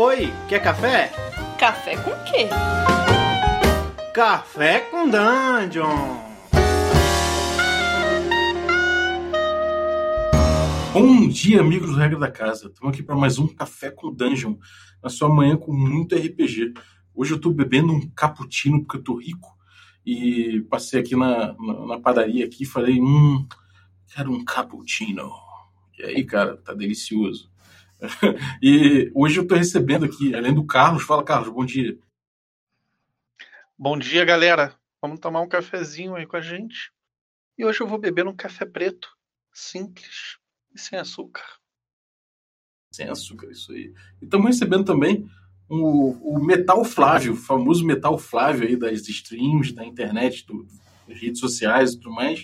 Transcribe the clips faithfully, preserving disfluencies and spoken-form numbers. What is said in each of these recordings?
Oi, quer café? Café com quê? Café com Dungeon! Bom dia, amigos do Regra da Casa. Estamos aqui para mais um Café com Dungeon, na sua manhã com muito R P G. Hoje eu estou bebendo um cappuccino porque eu estou rico e passei aqui na, na, na padaria aqui e falei, hum, quero um cappuccino. E aí, cara, tá delicioso. E hoje eu estou recebendo aqui, além do Carlos, fala Carlos, bom dia. Bom dia, galera. Vamos tomar um cafezinho aí com a gente. E hoje eu vou beber um café preto, simples e sem açúcar. Sem açúcar, isso aí. E estamos recebendo também o, o Metal Flávio, o famoso Metal Flávio aí das streams, da internet, do, das redes sociais e tudo mais.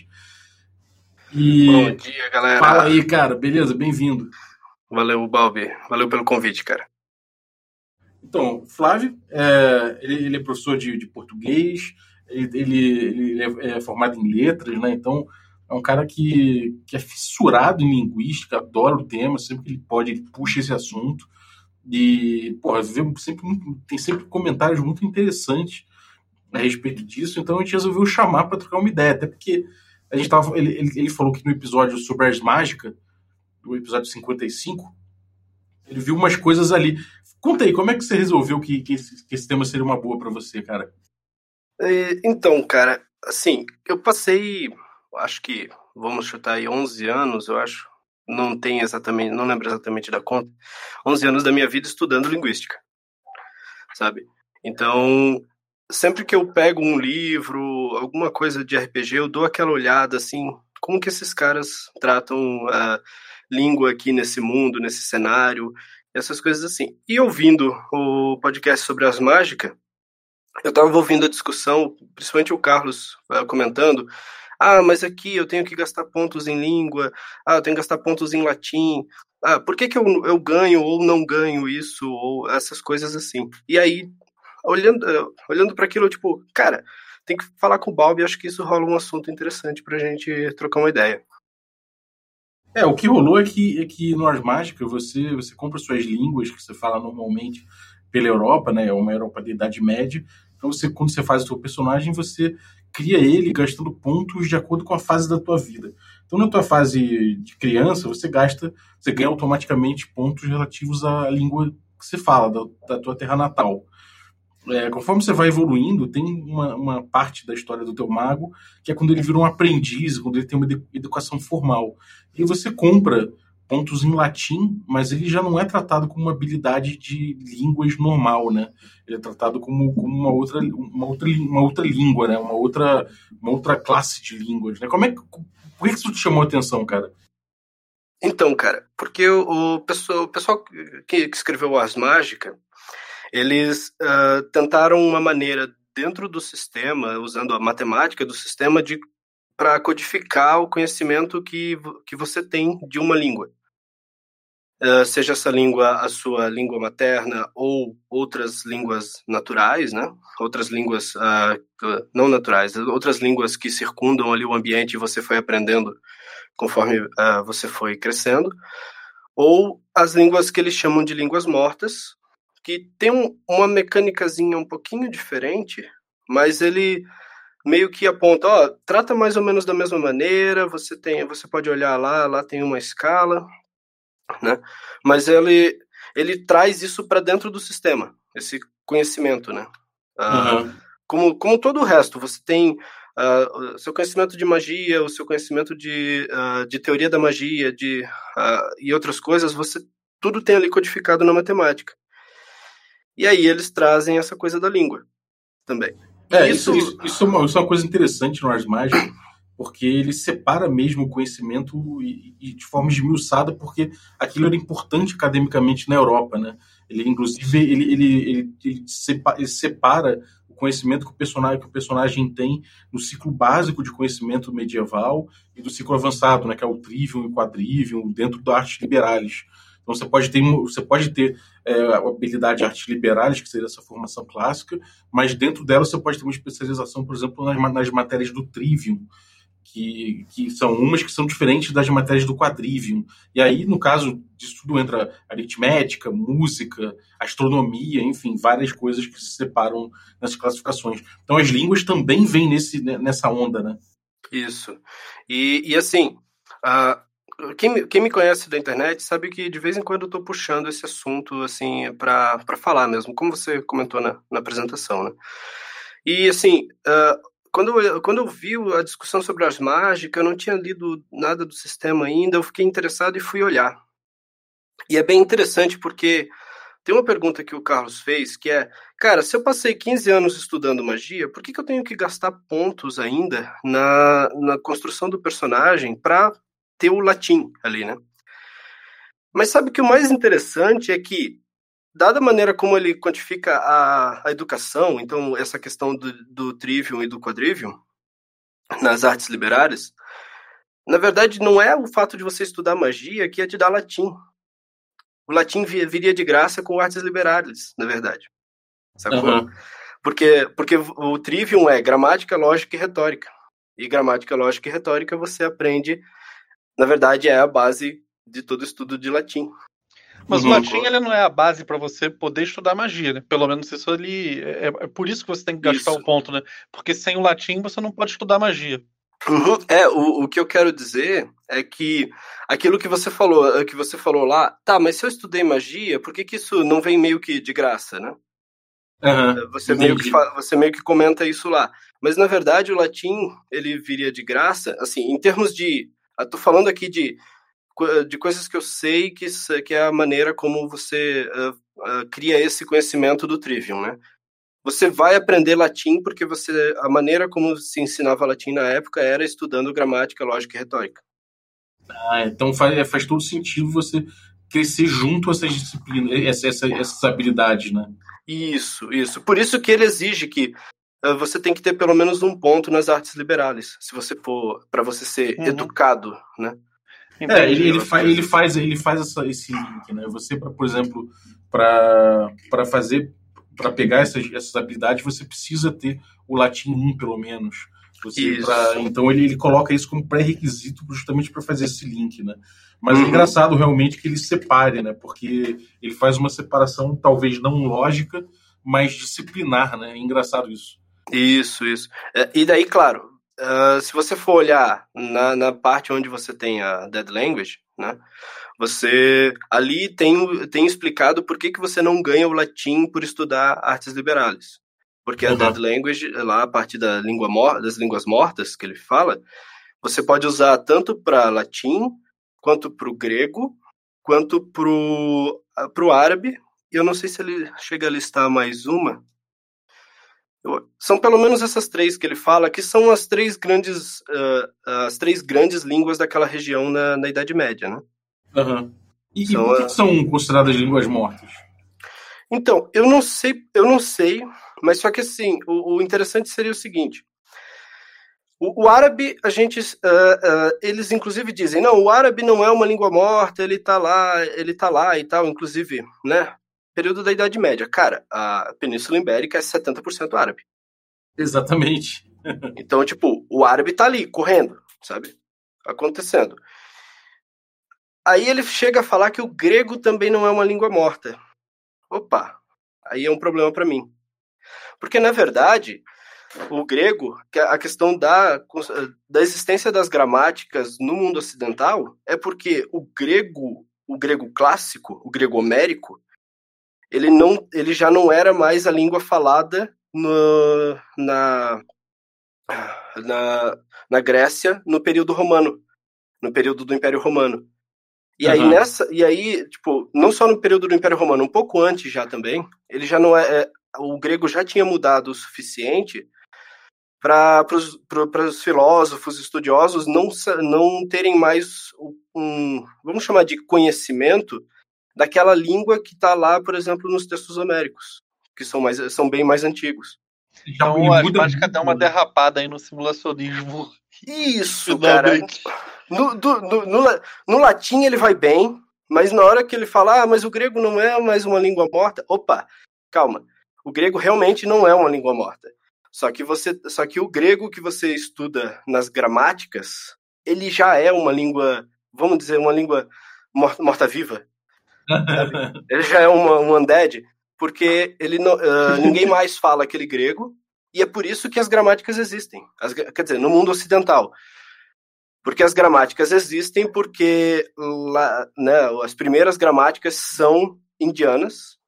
E bom dia, galera. Fala aí, cara. Beleza? Bem-vindo. Valeu, Balbi. Valeu pelo convite, cara. Então, Flávio, é, ele, ele é professor de, de português, ele, ele, ele é, é formado em letras, né? Então, é um cara que, que é fissurado em linguística, adora o tema, sempre que ele pode, ele puxa esse assunto. E, porra, sempre, tem sempre comentários muito interessantes a respeito disso, então a gente resolveu chamar para trocar uma ideia, até porque a gente tava, ele, ele, ele falou que no episódio sobre Ars Mágica, no episódio cinquenta e cinco, ele viu umas coisas ali. Conta aí, como é que você resolveu que, que, esse, que esse tema seria uma boa para você, cara? Então, cara, assim, eu passei, acho que, vamos chutar aí onze anos, eu acho, não tem exatamente, não lembro exatamente da conta, onze anos da minha vida estudando linguística, sabe? Então, sempre que eu pego um livro, alguma coisa de R P G, eu dou aquela olhada, assim, como que esses caras tratam a língua aqui nesse mundo, nesse cenário, essas coisas assim. E ouvindo o podcast sobre Ars Mágica, eu estava ouvindo a discussão, principalmente o Carlos uh, comentando, ah, mas aqui eu tenho que gastar pontos em língua, ah, eu tenho que gastar pontos em latim, ah, por que que eu, eu ganho ou não ganho isso, ou essas coisas assim. E aí, olhando, uh, olhando para aquilo, tipo, cara, tem que falar com o Balbi, acho que isso rola um assunto interessante pra gente trocar uma ideia. É, o que rolou é que, é que no Ars Mágica você, você compra suas línguas que você fala normalmente pela Europa, né? É uma Europa de Idade Média. Então, você, quando você faz o seu personagem, você cria ele gastando pontos de acordo com a fase da tua vida. Então, na tua fase de criança, você gasta, você ganha automaticamente pontos relativos à língua que você fala, da, da tua terra natal. É, conforme você vai evoluindo, tem uma, uma parte da história do teu mago, que é quando ele vira um aprendiz, quando ele tem uma educação formal. E você compra pontos em latim, mas ele já não é tratado como uma habilidade de línguas normal, né? Ele é tratado como, como uma, outra, uma, outra, uma outra língua, né? Uma outra, uma outra classe de línguas, né? Como é que, por que isso te chamou a atenção, cara? Então, cara, porque o, o pessoal, o pessoal que, que escreveu Ars Mágica, eles uh, tentaram uma maneira dentro do sistema, usando a matemática do sistema, de para codificar o conhecimento que, que você tem de uma língua. Uh, seja essa língua a sua língua materna ou outras línguas naturais, né? Outras línguas uh, não naturais, outras línguas que circundam ali o ambiente e você foi aprendendo conforme uh, você foi crescendo, ou as línguas que eles chamam de línguas mortas, que tem um, uma mecânicazinha um pouquinho diferente, mas ele meio que aponta, ó, trata mais ou menos da mesma maneira, você, tem, você pode olhar lá, lá tem uma escala, né? Mas ele, ele traz isso para dentro do sistema, esse conhecimento, né? Uh, uhum. como, como todo o resto, você tem uh, o seu conhecimento de magia, o seu conhecimento de, uh, de teoria da magia de, uh, e outras coisas, você tudo tem ali codificado na matemática. E aí eles trazem essa coisa da língua também. É, isso, isso, isso, é, uma, isso é uma coisa interessante no Ars Mágica, porque ele separa mesmo o conhecimento e, e de forma esmiuçada, porque aquilo era importante academicamente na Europa, né? Ele, inclusive, ele, ele, ele, ele, separa, ele separa o conhecimento que o, personagem, que o personagem tem no ciclo básico de conhecimento medieval e do ciclo avançado, né? Que é o Trivium e o Quadrivium, dentro da Arte Liberalis. Então você pode ter, você pode ter é, a habilidade de artes liberais, que seria essa formação clássica, mas dentro dela você pode ter uma especialização, por exemplo, nas, nas matérias do Trivium, que, que são umas que são diferentes das matérias do quadrivium. E aí, no caso disso tudo, entra aritmética, música, astronomia, enfim, várias coisas que se separam nessas classificações. Então, as línguas também vêm nesse, nessa onda, né? Isso. E, e assim, uh, quem, me, quem me conhece da internet sabe que de vez em quando eu estou puxando esse assunto assim, para falar mesmo, como você comentou na, na apresentação, né? E assim, uh, Quando eu, quando eu vi a discussão sobre as mágicas, eu não tinha lido nada do sistema ainda, eu fiquei interessado e fui olhar. E é bem interessante porque tem uma pergunta que o Carlos fez, que é, cara, se eu passei quinze anos estudando magia, por que, que eu tenho que gastar pontos ainda na, na construção do personagem para ter o latim ali, né? Mas sabe que o mais interessante é que, dada a maneira como ele quantifica a, a educação, então essa questão do, do trivium e do quadrivium, nas artes liberais, na verdade não é o fato de você estudar magia que ia te dar latim. O latim viria de graça com artes liberais, na verdade. Sacou? Uhum. Porque, porque o trivium é gramática, lógica e retórica. E gramática, lógica e retórica você aprende, na verdade é a base de todo estudo de latim. Mas uhum. o latim ele não é a base para você poder estudar magia, né? Pelo menos isso ali. É, é por isso que você tem que gastar o ponto, né? Porque sem o latim você não pode estudar magia. Uhum. É, o, o que eu quero dizer é que aquilo que você falou, que você falou lá, tá, mas se eu estudei magia, por que, que isso não vem meio que de graça, né? Uhum. Você, meio que, você meio que comenta isso lá. Mas na verdade o latim ele viria de graça, assim, em termos de. Eu tô falando aqui de. de coisas que eu sei que, que é a maneira como você uh, uh, cria esse conhecimento do trivium, né? Você vai aprender latim porque você, a maneira como se ensinava latim na época era estudando gramática, lógica e retórica. Ah, então faz, faz todo sentido você crescer junto a essas disciplinas, essa, essa, essas habilidades, né? Isso, isso. Por isso que ele exige que uh, você tem que ter pelo menos um ponto nas artes liberais, se você for, para você ser uhum. educado, né? Entendi, é, ele, ele, fa ele faz, ele faz essa, esse link, né? Você, pra, por exemplo, para fazer, para pegar essas, essas habilidades, você precisa ter o latim um, pelo menos. Você, pra, então ele, ele coloca isso como pré-requisito justamente para fazer esse link, né? Mas uhum. é engraçado realmente que ele separe, né? Porque ele faz uma separação talvez não lógica, mas disciplinar, né? É engraçado isso. Isso, isso. É, e daí, claro, Uh, se você for olhar na, na parte onde você tem a Dead Language, né, você ali tem, tem explicado por que, que você não ganha o latim por estudar artes liberais. Porque uhum. a Dead Language, lá a parte da língua mor das línguas mortas que ele fala, você pode usar tanto para latim, quanto para o grego, quanto para o árabe. E eu não sei se ele chega a listar mais uma. São pelo menos essas três que ele fala, que são as três grandes, uh, as três grandes línguas daquela região na, na Idade Média, né? Uhum. E, são, e por que, uh... que são consideradas línguas mortas? Então, eu não sei, eu não sei, mas só que assim, o, o interessante seria o seguinte: o, o árabe, a gente, uh, uh, eles inclusive dizem, não, o árabe não é uma língua morta, ele tá lá, ele tá lá e tal, inclusive, né? Período da Idade Média. Cara, a Península Ibérica é setenta por cento árabe. Exatamente. Então, tipo, o árabe tá ali, correndo, sabe? Acontecendo. Aí ele chega a falar que o grego também não é uma língua morta. Opa, aí é um problema para mim. Porque, na verdade, o grego, a questão da, da existência das gramáticas no mundo ocidental é porque o grego, o grego clássico, o grego homérico, Ele, não, ele já não era mais a língua falada no, na, na, na Grécia no período romano, no período do Império Romano. E uhum. aí, nessa, e aí, tipo, não só no período do Império Romano, um pouco antes já também, ele já não é, é o grego já tinha mudado o suficiente para os filósofos, estudiosos não, não terem mais um, vamos chamar de conhecimento daquela língua que está lá, por exemplo, nos textos homéricos, que são, mais, são bem mais antigos. Então a mágica dá uma derrapada aí no simulacionismo. Isso, cara. No, do, no, no, no latim ele vai bem, mas na hora que ele fala, ah, mas o grego não é mais uma língua morta, opa, calma. O grego realmente não é uma língua morta. Só que você, só que o grego que você estuda nas gramáticas, ele já é uma língua, vamos dizer, uma língua morta-viva, sabe? Ele já é uma, um undead, porque ele não, uh, ninguém mais fala aquele grego, e é por isso que as gramáticas existem. As, quer dizer, no mundo ocidental. Porque as gramáticas existem porque lá, né, as primeiras gramáticas são indianas,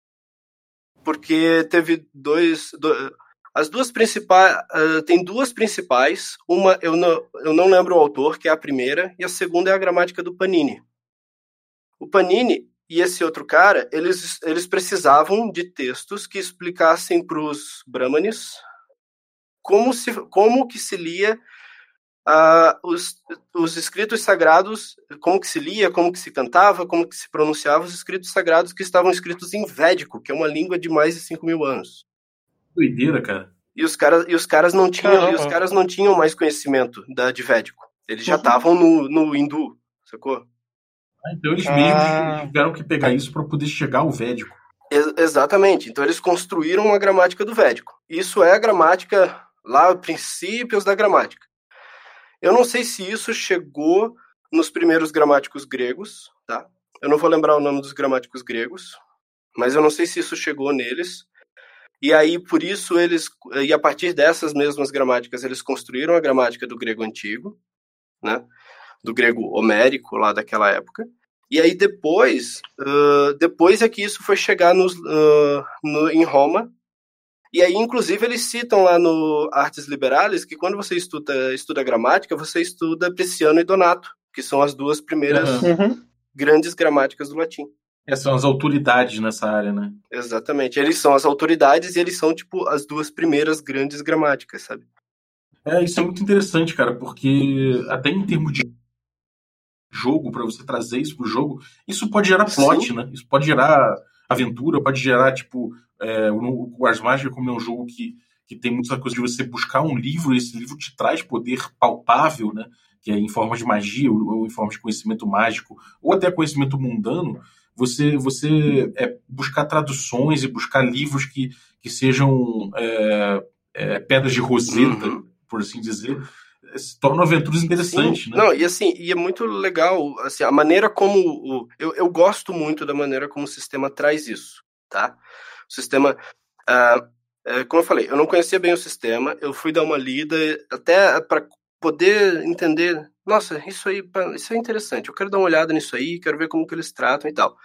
porque teve dois... dois as duas principais... Uh, tem duas principais, uma eu não, eu não lembro o autor, que é a primeira, e a segunda é a gramática do Panini. O Panini e esse outro cara, eles, eles precisavam de textos que explicassem para os brahmanes como, se, como que se lia uh, os, os escritos sagrados, como que se lia, como que se cantava, como que se pronunciava os escritos sagrados que estavam escritos em védico, que é uma língua de mais de cinco mil anos. Doideira, cara. E os caras, e os caras não tinham, e os caras não tinham mais conhecimento da, de védico. Eles já estavam no, no hindu, sacou? Ah, então eles ah. mesmos tiveram que pegar isso para poder chegar ao védico. Ex- exatamente. Então eles construíram uma gramática do védico. Isso é a gramática, lá, princípios da gramática. Eu não sei se isso chegou nos primeiros gramáticos gregos, tá? Eu não vou lembrar o nome dos gramáticos gregos, mas eu não sei se isso chegou neles. E aí, por isso, eles... E a partir dessas mesmas gramáticas, eles construíram a gramática do grego antigo, né? Do grego homérico, lá daquela época. E aí, depois... Uh, depois é que isso foi chegar nos, uh, no, em Roma. E aí, inclusive, eles citam lá no Artes Liberales que quando você estuda, estuda gramática, você estuda Prisciano e Donato, que são as duas primeiras Uhum. grandes gramáticas do latim. Essas são as autoridades nessa área, né? Exatamente. Eles são as autoridades e eles são, tipo, as duas primeiras grandes gramáticas, sabe? É, isso é muito interessante, cara, porque até em termos de jogo, para você trazer isso pro jogo, isso pode gerar plot, Sim. né? Isso pode gerar aventura, pode gerar, tipo, é, o, o Ars Magica, como é um jogo que, que tem muita coisa de você buscar um livro, e esse livro te traz poder palpável, né? Que é em forma de magia, ou, ou em forma de conhecimento mágico, ou até conhecimento mundano. Você, você é, buscar traduções e buscar livros que, que sejam é, é, pedras de roseta, uhum. por assim dizer, se tornam aventuras interessantes, Sim. né? Não, e assim, e é muito legal, assim, a maneira como... O, eu, eu gosto muito da maneira como o sistema traz isso, tá? O sistema... Uh, é, como eu falei, eu não conhecia bem o sistema, eu fui dar uma lida até para poder entender... Nossa, isso aí isso é interessante, eu quero dar uma olhada nisso aí, quero ver como que eles tratam e tal.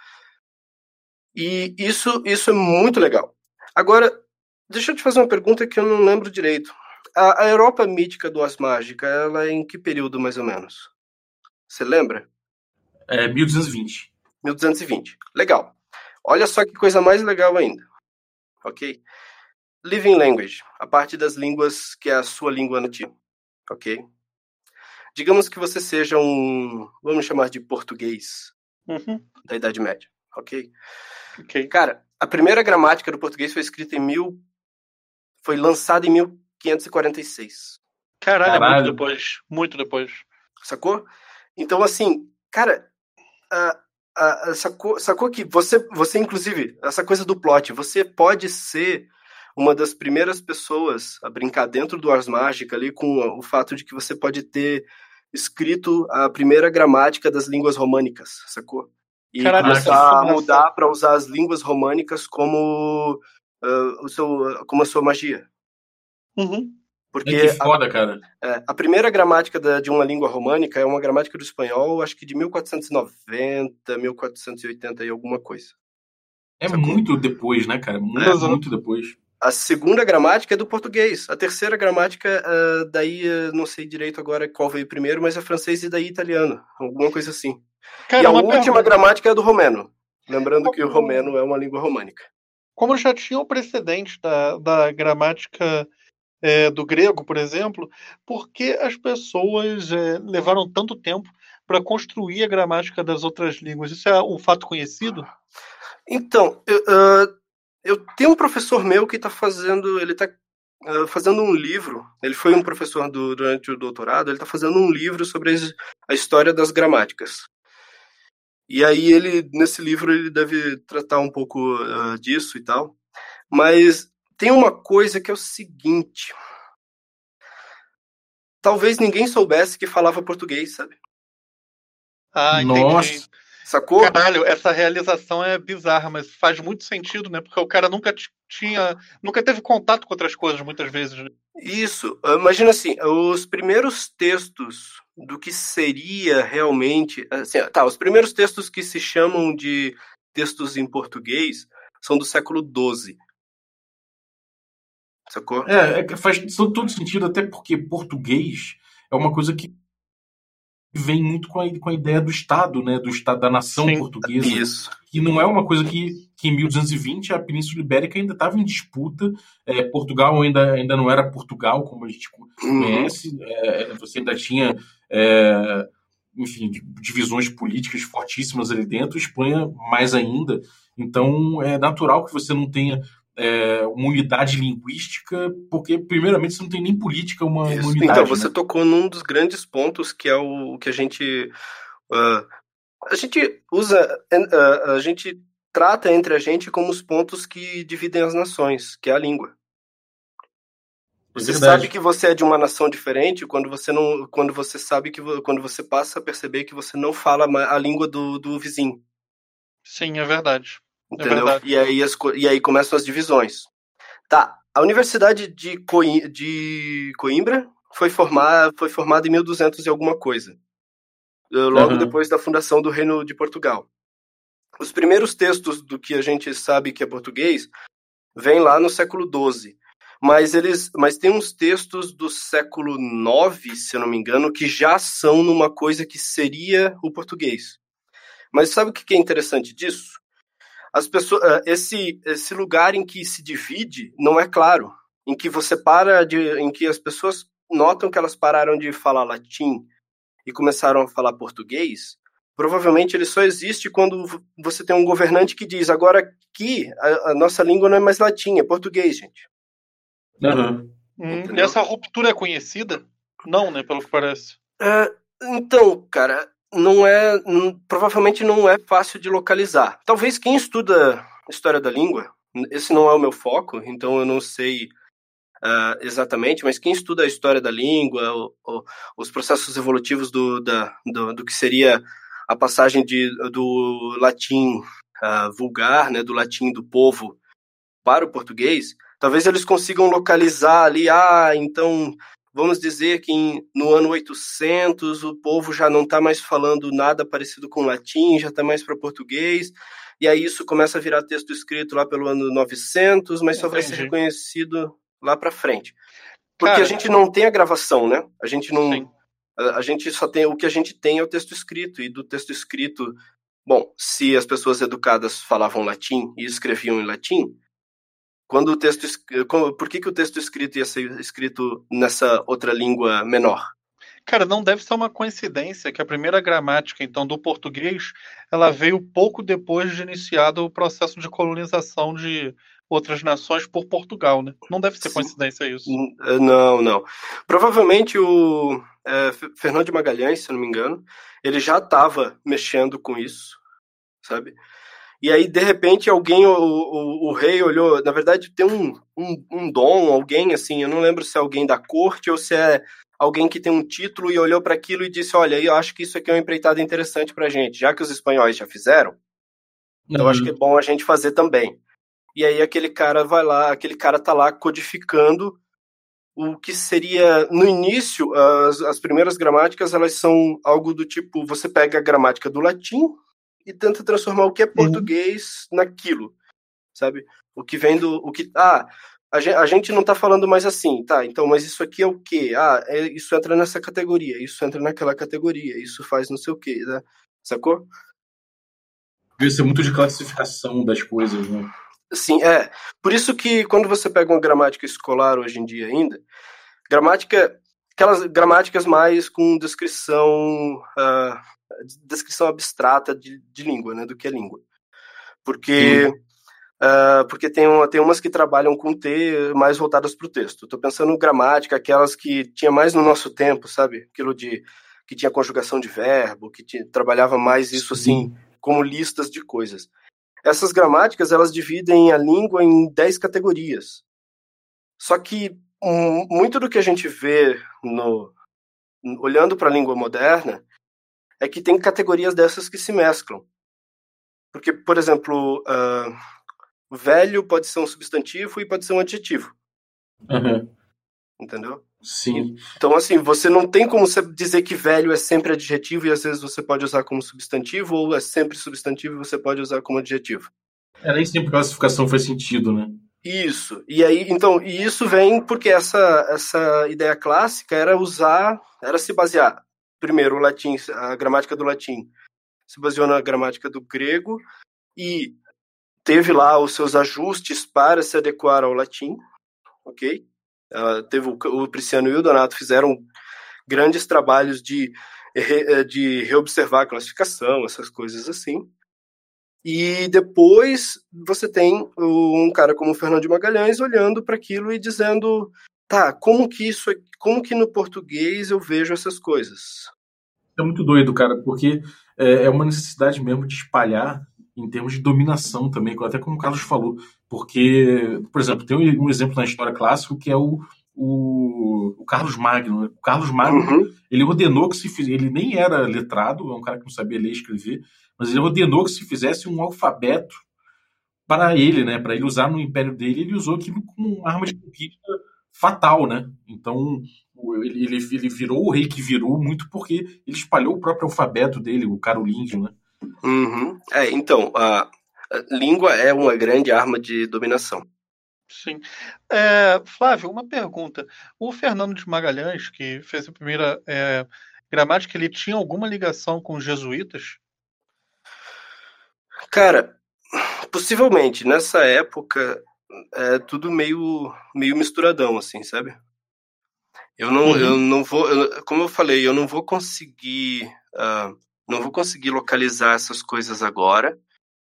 E isso, isso é muito legal. Agora, deixa eu te fazer uma pergunta que eu não lembro direito. A, a Europa mítica do Ars Magica, ela é em que período, mais ou menos? Você lembra? É mil duzentos e vinte. mil duzentos e vinte. Legal. Olha só que coisa mais legal ainda. Ok? Living Language, a parte das línguas que é a sua língua nativa. Ok? Digamos que você seja um, vamos chamar de português, uhum. da Idade Média, ok? Ok. Cara, a primeira gramática do português foi escrita em mil... Foi lançada em mil quinhentos e quarenta e seis. Caralho, Caralho. é muito depois. Muito depois. Sacou? Então, assim, cara, uh, uh, sacou, sacou que você, você, inclusive, essa coisa do plot, você pode ser uma das primeiras pessoas a brincar dentro do Ars Magica ali com o fato de que você pode ter escrito a primeira gramática das línguas românicas, sacou? E Caralho, começar a mudar para usar as línguas românicas como, uh, o seu, como a sua magia. Uhum. Porque é que foda, a, cara. É, a primeira gramática da, de uma língua românica é uma gramática do espanhol, acho que de mil quatrocentos e noventa, mil quatrocentos e oitenta e alguma coisa. É Sacou? muito depois, né, cara? Muito, É. muito depois. A segunda gramática é do português. A terceira gramática, uh, daí, uh, não sei direito agora qual veio primeiro, mas é francês e daí italiano. Alguma coisa assim. Cara, e a uma última pergunta. gramática é do romeno. Lembrando Como... que o romeno é uma língua românica. Como já tinha o precedente da, da gramática é, do grego, por exemplo, por que as pessoas é, levaram tanto tempo para construir a gramática das outras línguas? Isso é um fato conhecido? Então, eu, uh, eu tenho um professor meu que está fazendo, ele está uh, fazendo um livro, ele foi um professor do, durante o doutorado, ele está fazendo um livro sobre as, a história das gramáticas. E aí ele, nesse livro, ele deve tratar um pouco uh, disso e tal. Mas, tem uma coisa que é o seguinte. Talvez ninguém soubesse que falava português, sabe? Ah, entendi. Nossa. Sacou? Caralho, essa realização é bizarra, mas faz muito sentido, né? Porque o cara nunca t- tinha, nunca teve contato com outras coisas, muitas vezes. Né? Isso. Imagina assim, os primeiros textos do que seria realmente... Assim, tá, os primeiros textos que se chamam de textos em português são do século doze. Sacou? É, é, faz todo sentido, até porque português é uma coisa que vem muito com a, com a ideia do Estado, né, do Estado da nação Sim. portuguesa, Isso. que não é uma coisa que, que em mil duzentos e vinte a Península Ibérica ainda estava em disputa, é, Portugal ainda, ainda não era Portugal, como a gente conhece, uhum. é, você ainda tinha, é, enfim, divisões políticas fortíssimas ali dentro, Espanha mais ainda, então é natural que você não tenha É, uma unidade linguística, porque primeiramente você não tem nem política, uma, uma unidade. Então, você né? tocou num dos grandes pontos que é o que a gente uh, a gente usa uh, a gente trata entre a gente como os pontos que dividem as nações, que é a língua. Você é sabe que você é de uma nação diferente quando você não, quando você sabe que quando você passa a perceber que você não fala a língua do, do vizinho. Sim, é verdade. Entendeu? É e, aí as, e aí começam as divisões. Tá, a Universidade de, Coim, de Coimbra foi, formar, foi formada em mil e duzentos e alguma coisa. Logo uhum. depois da fundação do Reino de Portugal. Os primeiros textos do que a gente sabe que é português vêm lá no século doze. Mas, eles, mas tem uns textos do século nove, se eu não me engano, que já são numa coisa que seria o português. Mas sabe o que é interessante disso? As pessoas, esse, esse lugar em que se divide não é claro, em que você para de, em que as pessoas notam que elas pararam de falar latim e começaram a falar português. Provavelmente ele só existe quando você tem um governante que diz agora aqui a, a nossa língua não é mais latim, é português, gente. Uhum. Hum, e essa ruptura é conhecida? Não, né? Pelo que parece. É, então, cara. Não é, provavelmente não é fácil de localizar. Talvez quem estuda história da língua, esse não é o meu foco, então eu não sei uh, exatamente, mas quem estuda a história da língua, o, o, os processos evolutivos do, da, do, do que seria a passagem de, do latim uh, vulgar, né, do latim do povo para o português, talvez eles consigam localizar ali, ah, então... Vamos dizer que em, no ano oitocentos o povo já não está mais falando nada parecido com latim, já está mais para português, e aí isso começa a virar texto escrito lá pelo ano novecentos, mas só Entendi. Vai ser reconhecido lá para frente. Porque Cara, a gente não tem a gravação, né? A gente não... A, a gente só tem... O que a gente tem é o texto escrito, e do texto escrito... Bom, se as pessoas educadas falavam latim e escreviam em latim... Quando o texto, por que, que o texto escrito ia ser escrito nessa outra língua menor? Cara, não deve ser uma coincidência que a primeira gramática, então, do português, ela veio pouco depois de iniciado o processo de colonização de outras nações por Portugal, né? Não deve ser Sim. coincidência isso. Não, não. Provavelmente o é, Fernão de Magalhães, se eu não me engano, ele já estava mexendo com isso, sabe? E aí, de repente, alguém, o, o, o rei olhou, na verdade tem um, um, um dom, alguém assim, eu não lembro se é alguém da corte ou se é alguém que tem um título e olhou para aquilo e disse, olha, eu acho que isso aqui é uma empreitada interessante pra gente, já que os espanhóis já fizeram, uhum. eu acho que é bom a gente fazer também. E aí aquele cara vai lá, aquele cara tá lá codificando o que seria, no início, as, as primeiras gramáticas, elas são algo do tipo, você pega a gramática do latim e tenta transformar o que é português uhum. naquilo, sabe? O que vem do... O que, ah, a gente, a gente não tá falando mais assim, tá? Então, mas isso aqui é o quê? Ah, é, isso entra nessa categoria, isso entra naquela categoria, isso faz não sei o quê, né? Sacou? Isso é muito de classificação das coisas, né? Sim, é. Por isso que quando você pega uma gramática escolar hoje em dia ainda, gramática... Aquelas gramáticas mais com descrição... Uh, descrição abstrata de, de língua, né, do que é língua. Porque, uh, porque tem, uma, tem umas que trabalham com T mais voltadas para o texto. Estou pensando em gramática, aquelas que tinha mais no nosso tempo, sabe? Aquilo de que tinha conjugação de verbo, que tinha, trabalhava mais isso assim, como listas de coisas. Essas gramáticas, elas dividem a língua em dez categorias. Só que um, muito do que a gente vê no, olhando para a língua moderna é que tem categorias dessas que se mesclam. Porque, por exemplo, uh, velho pode ser um substantivo e pode ser um adjetivo. Uhum. Entendeu? Sim. Então, assim, você não tem como dizer que velho é sempre adjetivo e às vezes você pode usar como substantivo, ou é sempre substantivo e você pode usar como adjetivo. É, nem sempre a classificação faz sentido, né? Isso. E aí, então, e isso vem porque essa, essa ideia clássica era usar, era se basear, primeiro, o latim, a gramática do latim se baseou na gramática do grego e teve lá os seus ajustes para se adequar ao latim, ok? Uh, teve o, o Prisciano e o Donato fizeram grandes trabalhos de, de reobservar a classificação, essas coisas assim. E depois você tem um cara como o Fernando de Magalhães olhando para aquilo e dizendo, tá, como que isso, como que no português eu vejo essas coisas? É muito doido, cara, porque é uma necessidade mesmo de espalhar em termos de dominação também, até como o Carlos falou, porque, por exemplo, tem um exemplo na história clássica que é o, o, o Carlos Magno. O Carlos Magno, uhum. ele ordenou que se fizesse, ele nem era letrado, é um cara que não sabia ler e escrever, mas ele ordenou que se fizesse um alfabeto para ele, né, para ele usar no império dele, ele usou aquilo como uma arma de conquista fatal, né? Então, ele, ele, ele virou o rei que virou muito porque ele espalhou o próprio alfabeto dele, o carolíngio, né? Uhum. É, então, a, a língua é uma grande arma de dominação. Sim. É, Flávio, uma pergunta. O Fernando de Magalhães, que fez a primeira é, gramática, ele tinha alguma ligação com os jesuítas? Cara, possivelmente. Nessa época, é tudo meio, meio misturadão, assim, sabe? Eu não, uhum. eu não vou, eu, como eu falei, eu não vou conseguir, uh, não vou conseguir localizar essas coisas agora,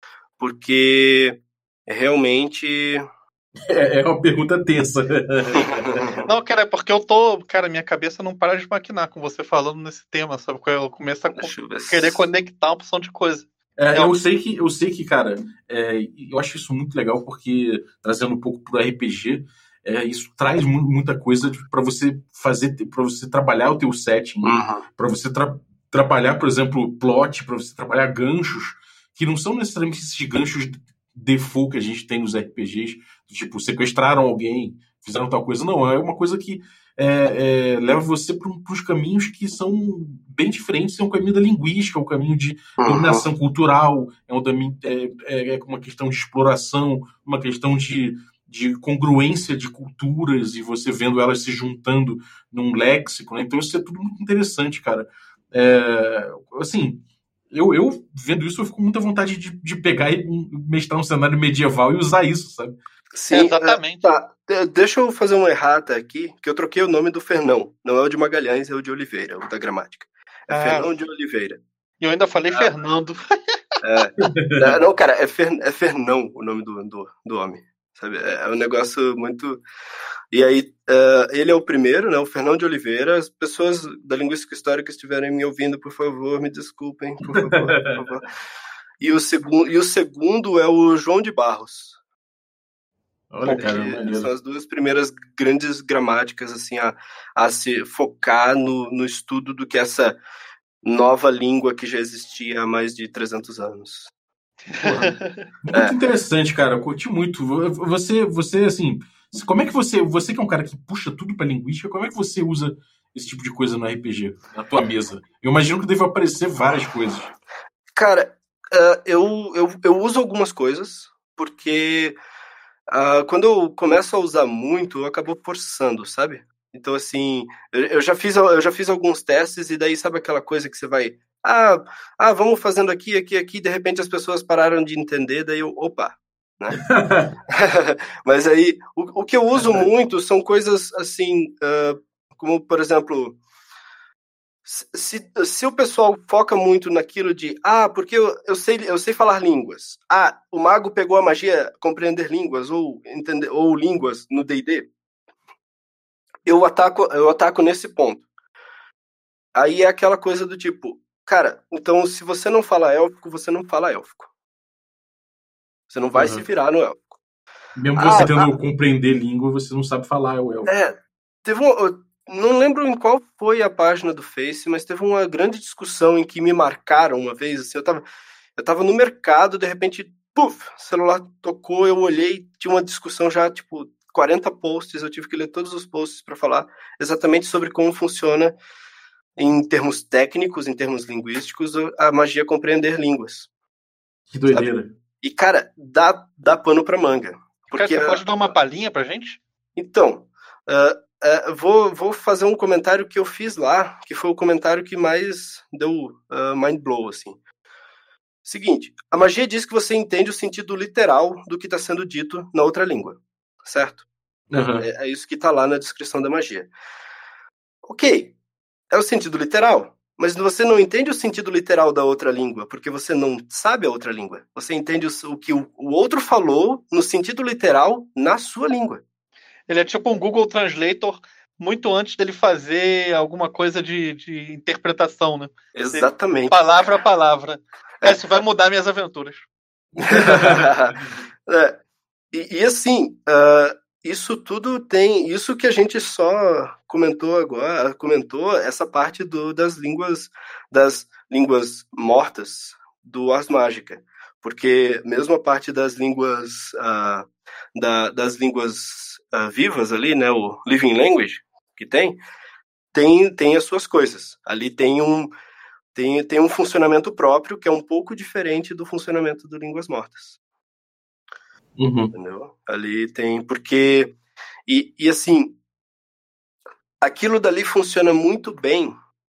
porque realmente é, é uma pergunta tensa. Não, cara, é porque eu tô, cara, minha cabeça não para de maquinar com você falando nesse tema, sabe? Eu começo a querer conectar uma opção de coisa. É, eu sei que, eu sei que, cara, é, eu acho isso muito legal porque trazendo um pouco pro R P G. É, isso traz muita coisa para você fazer, para você trabalhar o teu setting, uhum. para você tra- trabalhar, por exemplo, plot, para você trabalhar ganchos, que não são necessariamente esses ganchos default que a gente tem nos R P Gs, tipo, sequestraram alguém, fizeram tal coisa. Não, é uma coisa que é, é, leva você para os caminhos que são bem diferentes. É um caminho da linguística, é um caminho de uhum. dominação cultural, é, um, é, é uma questão de exploração, uma questão de de congruência de culturas e você vendo elas se juntando num léxico, né? Então isso é tudo muito interessante, cara. É, assim, eu, eu vendo isso eu fico com muita vontade de, de pegar e mestrar um cenário medieval e usar isso, sabe? Sim, exatamente. É, tá. Deixa eu fazer uma errata aqui, que eu troquei o nome do Fernão. Não é o de Magalhães, é o de Oliveira, o da gramática. É ah, Fernão de Oliveira. E eu ainda falei ah, Fernando. É, não, cara, é, Fer, é Fernão o nome do, do, do homem. Sabe? É um negócio muito... E aí, uh, ele é o primeiro, né? O Fernão de Oliveira. As pessoas da linguística histórica que estiverem me ouvindo, por favor, me desculpem, por favor, por favor. E o, segu... e o segundo é o João de Barros. Olha, cara, são as duas primeiras grandes gramáticas, assim, a, a se focar no, no estudo do que essa nova língua que já existia há mais de trezentos anos. Porra, muito é. interessante, cara. Eu curti muito. Você, você, assim, como é que você, você que é um cara que puxa tudo pra linguística, como é que você usa esse tipo de coisa no R P G, na tua mesa? Eu imagino que deve aparecer várias coisas. Cara, uh, eu, eu, eu uso algumas coisas, porque uh, quando eu começo a usar muito, eu acabo forçando, sabe? Então, assim, eu, eu, já fiz, eu já fiz alguns testes e daí, sabe aquela coisa que você vai... Ah, ah, vamos fazendo aqui, aqui, aqui, de repente as pessoas pararam de entender, daí eu, opa, né? Mas aí, o, o que eu uso muito são coisas assim, uh, como, por exemplo, se, se o pessoal foca muito naquilo de, ah, porque eu, eu, sei, eu sei falar línguas, ah, o mago pegou a magia compreender línguas, ou, entender, ou línguas no D e D, eu ataco, eu ataco nesse ponto. Aí é aquela coisa do tipo, cara, então se você não fala élfico, você não fala élfico. Você não vai uhum. se virar no élfico. Mesmo Ah, você tendo ah, compreender língua, você não sabe falar o elfo. é, teve um, eu não lembro em qual foi a página do Face, mas teve uma grande discussão em que me marcaram uma vez, assim, eu tava, eu tava no mercado, de repente, puf, o celular tocou, eu olhei, tinha uma discussão já, tipo, quarenta posts, eu tive que ler todos os posts para falar exatamente sobre como funciona, em termos técnicos, em termos linguísticos, a magia compreender línguas. Que doideira. Sabe? E, cara, dá, dá pano pra manga. Porque, Cara, você pode dar uma palhinha pra gente? Então, uh, uh, vou, vou fazer um comentário que eu fiz lá, que foi o comentário que mais deu uh, mind blow, assim. Seguinte, a magia diz que você entende o sentido literal do que está sendo dito na outra língua, certo? Uhum. É, é isso que está lá na descrição da magia. Ok, é o sentido literal, mas você não entende o sentido literal da outra língua, porque você não sabe a outra língua. Você entende o, o que o, o outro falou no sentido literal na sua língua. Ele é tipo um Google Translator muito antes dele fazer alguma coisa de, de interpretação, né? Exatamente. De palavra a palavra. É, isso vai mudar minhas aventuras. é, e, e assim, uh, isso tudo tem, isso que a gente só comentou agora, comentou essa parte do, das línguas, das línguas mortas do Ars Magica, porque mesmo a parte das línguas, uh, da, das línguas uh, vivas ali, né, o Living Language que tem, tem, tem as suas coisas. Ali tem um Tem, tem um funcionamento próprio que é um pouco diferente do funcionamento do Línguas Mortas. Uhum. Entendeu? Ali tem... Porque... E, e assim... Aquilo dali funciona muito bem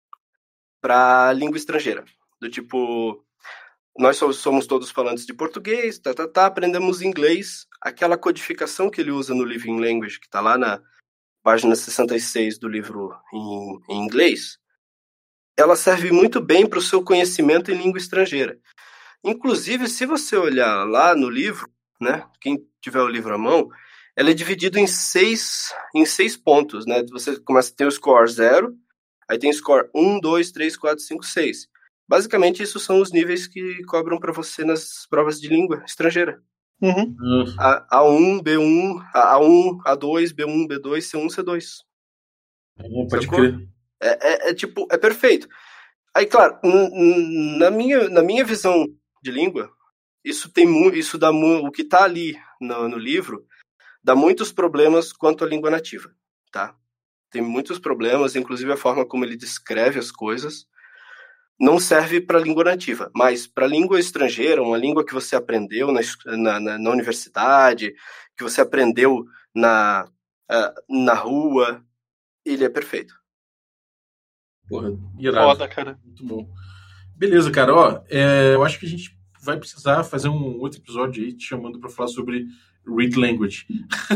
para língua estrangeira. Do tipo... Nós somos todos falantes de português, tá, tá, tá, aprendemos inglês. Aquela codificação que ele usa no Living Language, que está lá na página sessenta e seis do livro em, em inglês... ela serve muito bem para o seu conhecimento em língua estrangeira. Inclusive, se você olhar lá no livro, né, quem tiver o livro à mão, ela é dividida em seis, em seis pontos. Né? Você começa a ter o score zero, aí tem o score um, dois, três, quatro, cinco, seis. Basicamente, isso são os níveis que cobram para você nas provas de língua estrangeira. Uhum. Uhum. A, A1, B um, A1, A dois, B um, B dois, C um, C dois. É, pode Sacou? crer. É, é, é tipo, é perfeito. Aí, claro, na minha, na minha visão de língua, isso tem isso dá o que está ali no, no livro dá muitos problemas quanto à língua nativa, tá? Tem muitos problemas, inclusive a forma como ele descreve as coisas não serve para a língua nativa, mas para a língua estrangeira, uma língua que você aprendeu na, na, na universidade, que você aprendeu na, na rua, ele é perfeito. Porra, irado. Foda, cara. Muito bom. Beleza, cara. Ó, é, eu acho que a gente vai precisar fazer um outro episódio aí te chamando para falar sobre Read Language.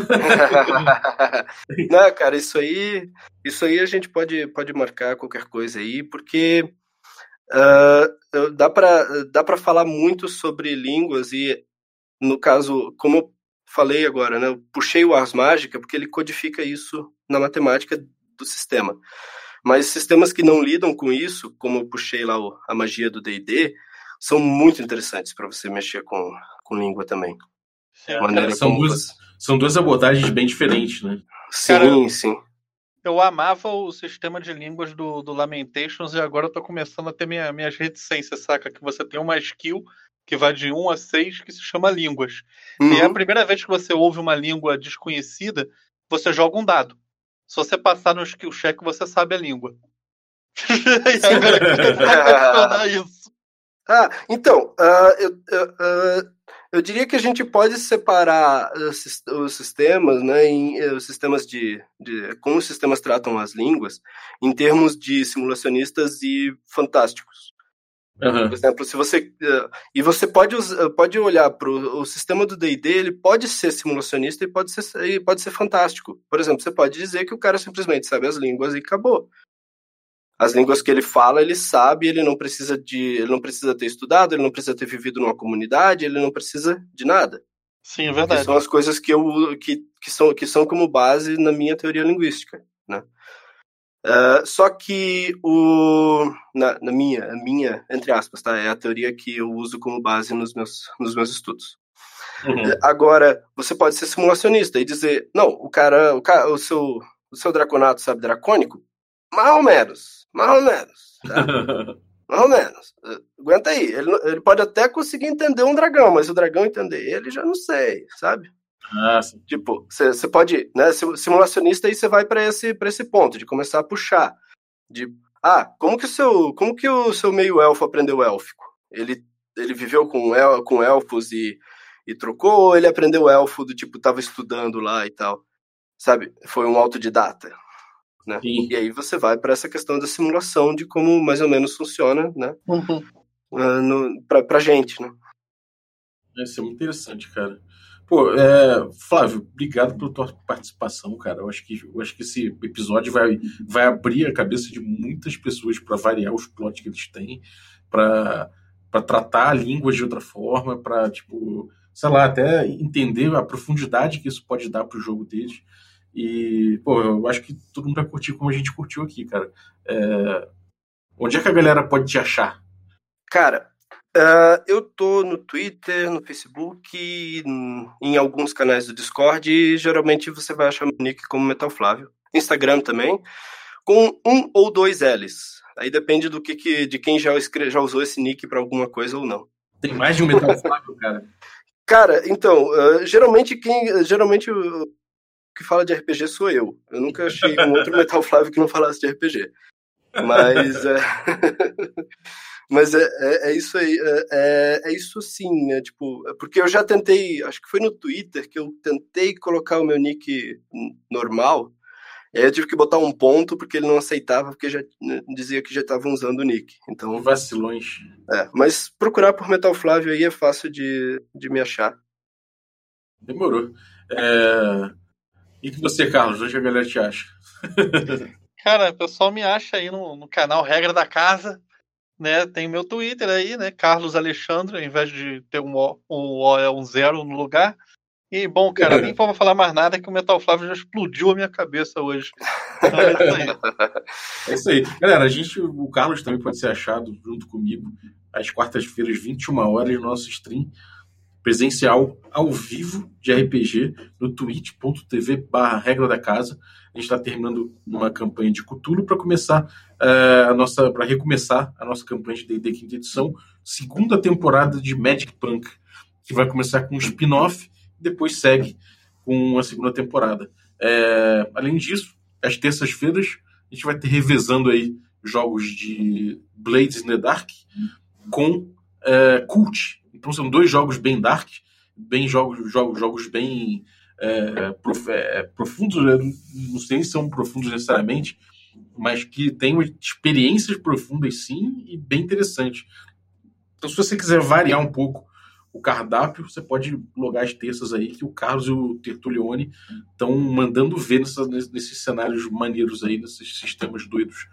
Não, cara, isso aí, isso aí a gente pode, pode marcar qualquer coisa aí, porque uh, dá para dá para falar muito sobre línguas e, no caso, como eu falei agora, né, eu puxei o Ars Magica porque ele codifica isso na matemática do sistema. Mas sistemas que não lidam com isso, como eu puxei lá a magia do D e D, são muito interessantes para você mexer com, com língua também. Sim, cara, são, duas, você... são duas abordagens bem diferentes, né? Sim, cara, sim. Eu amava o sistema de línguas do, do Lamentations e agora eu tô começando a ter minha, minhas reticências, saca? Que você tem uma skill que vai de um a seis que se chama línguas. Uhum. E é a primeira vez que você ouve uma língua desconhecida, você joga um dado. Se você passar no skill check, você sabe a língua. E agora como funcionar isso? Ah, então, uh, eu, uh, eu diria que a gente pode separar os, os sistemas, né, em, os sistemas de, de como os sistemas tratam as línguas, em termos de simulacionistas e fantásticos. Uhum. Por exemplo, se você uh, e você pode pode olhar para o sistema do D e D, ele pode ser simulacionista e pode ser e pode ser fantástico. Por exemplo, você pode dizer que o cara simplesmente sabe as línguas e acabou. As línguas que ele fala, ele sabe, ele não precisa de, ele não precisa ter estudado, ele não precisa ter vivido numa comunidade, ele não precisa de nada. Sim, é verdade. Que são as coisas que eu que, que são que são como base na minha teoria linguística, né? Uh, só que o na, na minha, a minha entre aspas, tá? É a teoria que eu uso como base nos meus nos meus estudos. Uhum. Agora, você pode ser simulacionista e dizer, não, o cara, o, cara, o, seu, o seu draconato sabe dracônico? Mais ou menos, mais ou menos, tá? Mais ou menos. Aguenta aí. Ele, ele pode até conseguir entender um dragão, mas o dragão entender ele, já não sei, sabe? Ah, sim. Tipo, você pode, né, simulacionista, aí você vai para esse, pra esse ponto, de começar a puxar. De, ah, como que o seu, como que o seu meio-elfo aprendeu élfico? Ele, ele viveu com, el, com elfos e, e trocou, ou ele aprendeu elfo do tipo, tava estudando lá e tal? Sabe? Foi um autodidata. Né? E aí você vai para essa questão da simulação de como mais ou menos funciona, né? Uhum. Uh, no, pra, pra gente, né? Isso é muito interessante, cara. Pô, é, Flávio, obrigado pela tua participação, cara. Eu acho que, eu acho que esse episódio vai, vai abrir a cabeça de muitas pessoas para variar os plots que eles têm, para tratar línguas de outra forma, para, tipo, sei lá, até entender a profundidade que isso pode dar pro jogo deles. E, pô, eu acho que todo mundo vai curtir como a gente curtiu aqui, cara. É... Onde é que a galera pode te achar? Cara, uh, eu tô no Twitter, no Facebook, em, em alguns canais do Discord, e geralmente você vai achar meu nick como Metal Flávio. Instagram também, com um ou dois L's. Aí depende do que, que de quem já, escreve, já usou esse nick pra alguma coisa ou não. Tem mais de um Metal Flávio, cara? Cara, então, uh, geralmente quem... Geralmente uh, que fala de R P G sou eu. Eu nunca achei um outro Metal Flávio que não falasse de R P G. Mas é, mas é, é, é isso aí. É, é isso sim, né? Tipo, porque eu já tentei, acho que foi no Twitter que eu tentei colocar o meu nick normal. E aí eu tive que botar um ponto porque ele não aceitava, porque já né, dizia que já estavam usando o nick. Então, vacilões. É, mas procurar por Metal Flávio aí é fácil de, de me achar. Demorou. É... E que você, Carlos, onde a galera te acha? Cara, o pessoal me acha aí no, no canal Regra da Casa, né? Tem meu Twitter aí, né? Carlos Alexandre, ao invés de ter um O, um O é um zero no lugar. E, bom, cara, nem vou falar mais nada que o Metal Flávio já explodiu a minha cabeça hoje. Então é isso aí. É isso aí. Galera, a gente, o Carlos também pode ser achado junto comigo às quartas-feiras, vinte e uma horas, no nosso stream presencial ao vivo de R P G no twitch.tv barra regra da casa. A gente está terminando uma campanha de Cthulhu para começar uh, a nossa, para recomeçar a nossa campanha de D e D quinta edição, segunda temporada de Magic Punk, que vai começar com um spin-off e depois segue com a segunda temporada. É, além disso, às terças-feiras a gente vai ter revezando aí jogos de Blades in the Dark com é, Cult. Então são dois jogos bem dark, bem jogos, jogos, jogos bem é, prof, é, profundos, não sei se são profundos necessariamente, mas que têm experiências profundas sim e bem interessantes. Então se você quiser variar um pouco o cardápio, você pode logar as terças aí, que o Carlos e o Tertulione estão mandando ver nessa, nesses cenários maneiros aí, nesses sistemas doidos.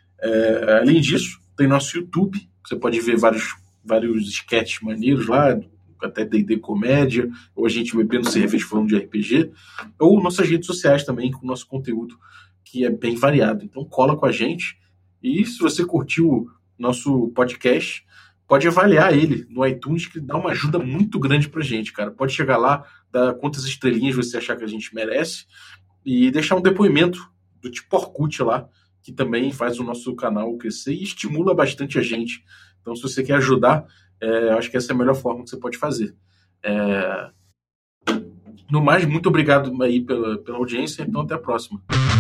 É, além disso, tem nosso YouTube, você pode ver vários vários sketches maneiros lá, até D e D comédia, ou a gente bebendo cerveja falando de R P G, ou nossas redes sociais também, com o nosso conteúdo, que é bem variado. Então cola com a gente, e se você curtiu nosso podcast, pode avaliar ele no iTunes, que dá uma ajuda muito grande pra gente, cara. Pode chegar lá, dar quantas estrelinhas você achar que a gente merece, e deixar um depoimento do tipo Orkut lá, que também faz o nosso canal crescer e estimula bastante a gente. Então, se você quer ajudar, é, acho que essa é a melhor forma que você pode fazer. É... No mais, muito obrigado aí pela, pela audiência. Então, até a próxima.